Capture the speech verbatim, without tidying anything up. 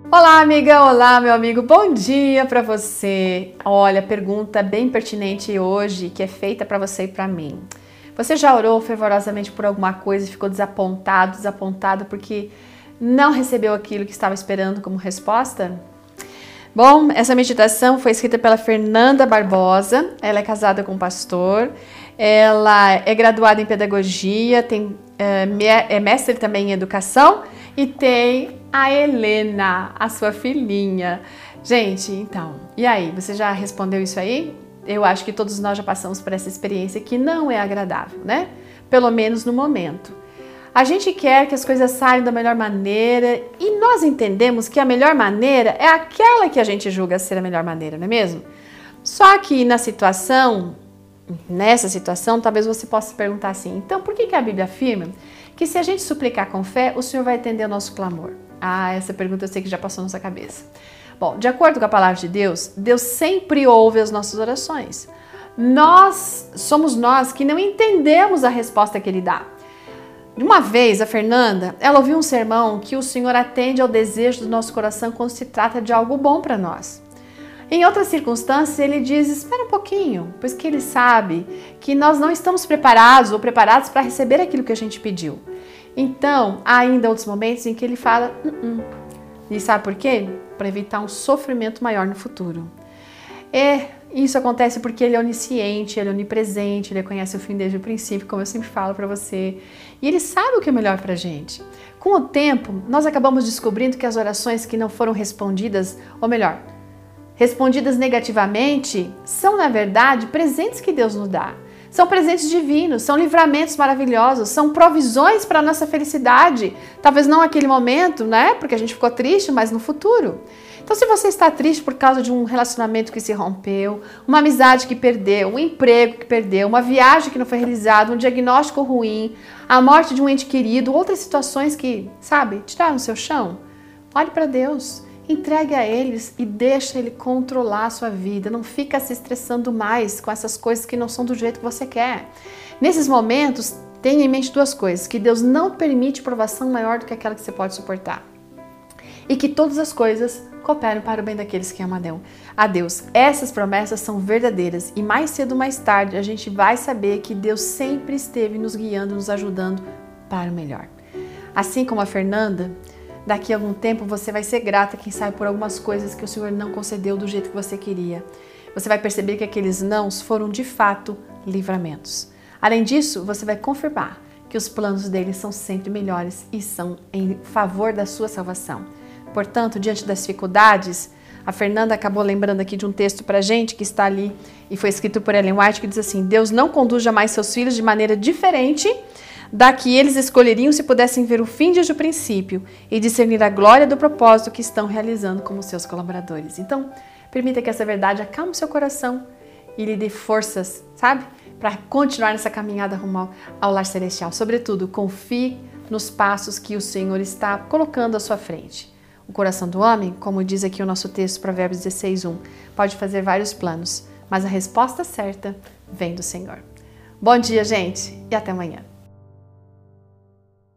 Olá, amiga! Olá, meu amigo! Bom dia para você! Olha, pergunta bem pertinente hoje que é feita para você e para mim. Você já orou fervorosamente por alguma coisa e ficou desapontado, desapontado porque não recebeu aquilo que estava esperando como resposta? Bom, essa meditação foi escrita pela Fernanda Barbosa. Ela é casada com um pastor, ela é graduada em pedagogia, tem, é mestre também em educação e tem a Helena, a sua filhinha. Gente, então, e aí? Você já respondeu isso aí? Eu acho que todos nós já passamos por essa experiência que não é agradável, né? Pelo menos no momento. A gente quer que as coisas saiam da melhor maneira e nós entendemos que a melhor maneira é aquela que a gente julga ser a melhor maneira, não é mesmo? Só que na situação, nessa situação, talvez você possa se perguntar assim, então por que que a Bíblia afirma que se a gente suplicar com fé, o Senhor vai atender o nosso clamor? Ah, essa pergunta eu sei que já passou na sua cabeça. Bom, de acordo com a palavra de Deus, Deus sempre ouve as nossas orações. Nós, somos nós que não entendemos a resposta que Ele dá. De uma vez, a Fernanda, ela ouviu um sermão que o Senhor atende ao desejo do nosso coração quando se trata de algo bom para nós. Em outras circunstâncias, ele diz, espera um pouquinho, pois que ele sabe que nós não estamos preparados ou preparados para receber aquilo que a gente pediu. Então, há ainda outros momentos em que ele fala, uh-uh. E sabe por quê? Para evitar um sofrimento maior no futuro. É, isso acontece porque ele é onisciente, ele é onipresente, ele conhece o fim desde o princípio, como eu sempre falo para você. E ele sabe o que é melhor pra gente. Com o tempo, nós acabamos descobrindo que as orações que não foram respondidas, ou melhor, respondidas negativamente, são na verdade presentes que Deus nos dá. São presentes divinos, são livramentos maravilhosos, são provisões para a nossa felicidade. Talvez não naquele momento, né? Porque a gente ficou triste, mas no futuro. Então, se você está triste por causa de um relacionamento que se rompeu, uma amizade que perdeu, um emprego que perdeu, uma viagem que não foi realizada, um diagnóstico ruim, a morte de um ente querido, outras situações que, sabe, tiraram o seu chão, olhe para Deus, entregue a eles e deixa Ele controlar a sua vida. Não fica se estressando mais com essas coisas que não são do jeito que você quer. Nesses momentos, tenha em mente duas coisas, que Deus não permite provação maior do que aquela que você pode suportar. E que todas as coisas cooperam para o bem daqueles que amam a Deus. Essas promessas são verdadeiras e mais cedo ou mais tarde a gente vai saber que Deus sempre esteve nos guiando, nos ajudando para o melhor. Assim como a Fernanda, daqui a algum tempo você vai ser grata, quem sabe, por algumas coisas que o Senhor não concedeu do jeito que você queria. Você vai perceber que aqueles nãos foram de fato livramentos. Além disso, você vai confirmar que os planos dele são sempre melhores e são em favor da sua salvação. Portanto, diante das dificuldades, a Fernanda acabou lembrando aqui de um texto pra gente que está ali e foi escrito por Ellen White, que diz assim, Deus não conduz jamais seus filhos de maneira diferente da que eles escolheriam se pudessem ver o fim desde o princípio e discernir a glória do propósito que estão realizando como seus colaboradores. Então, permita que essa verdade acalme seu coração e lhe dê forças, sabe? Para continuar nessa caminhada rumo ao, ao lar celestial. Sobretudo, confie nos passos que o Senhor está colocando à sua frente. O coração do homem, como diz aqui o nosso texto, Provérbios dezesseis, um, pode fazer vários planos, mas a resposta certa vem do Senhor. Bom dia, gente, e até amanhã.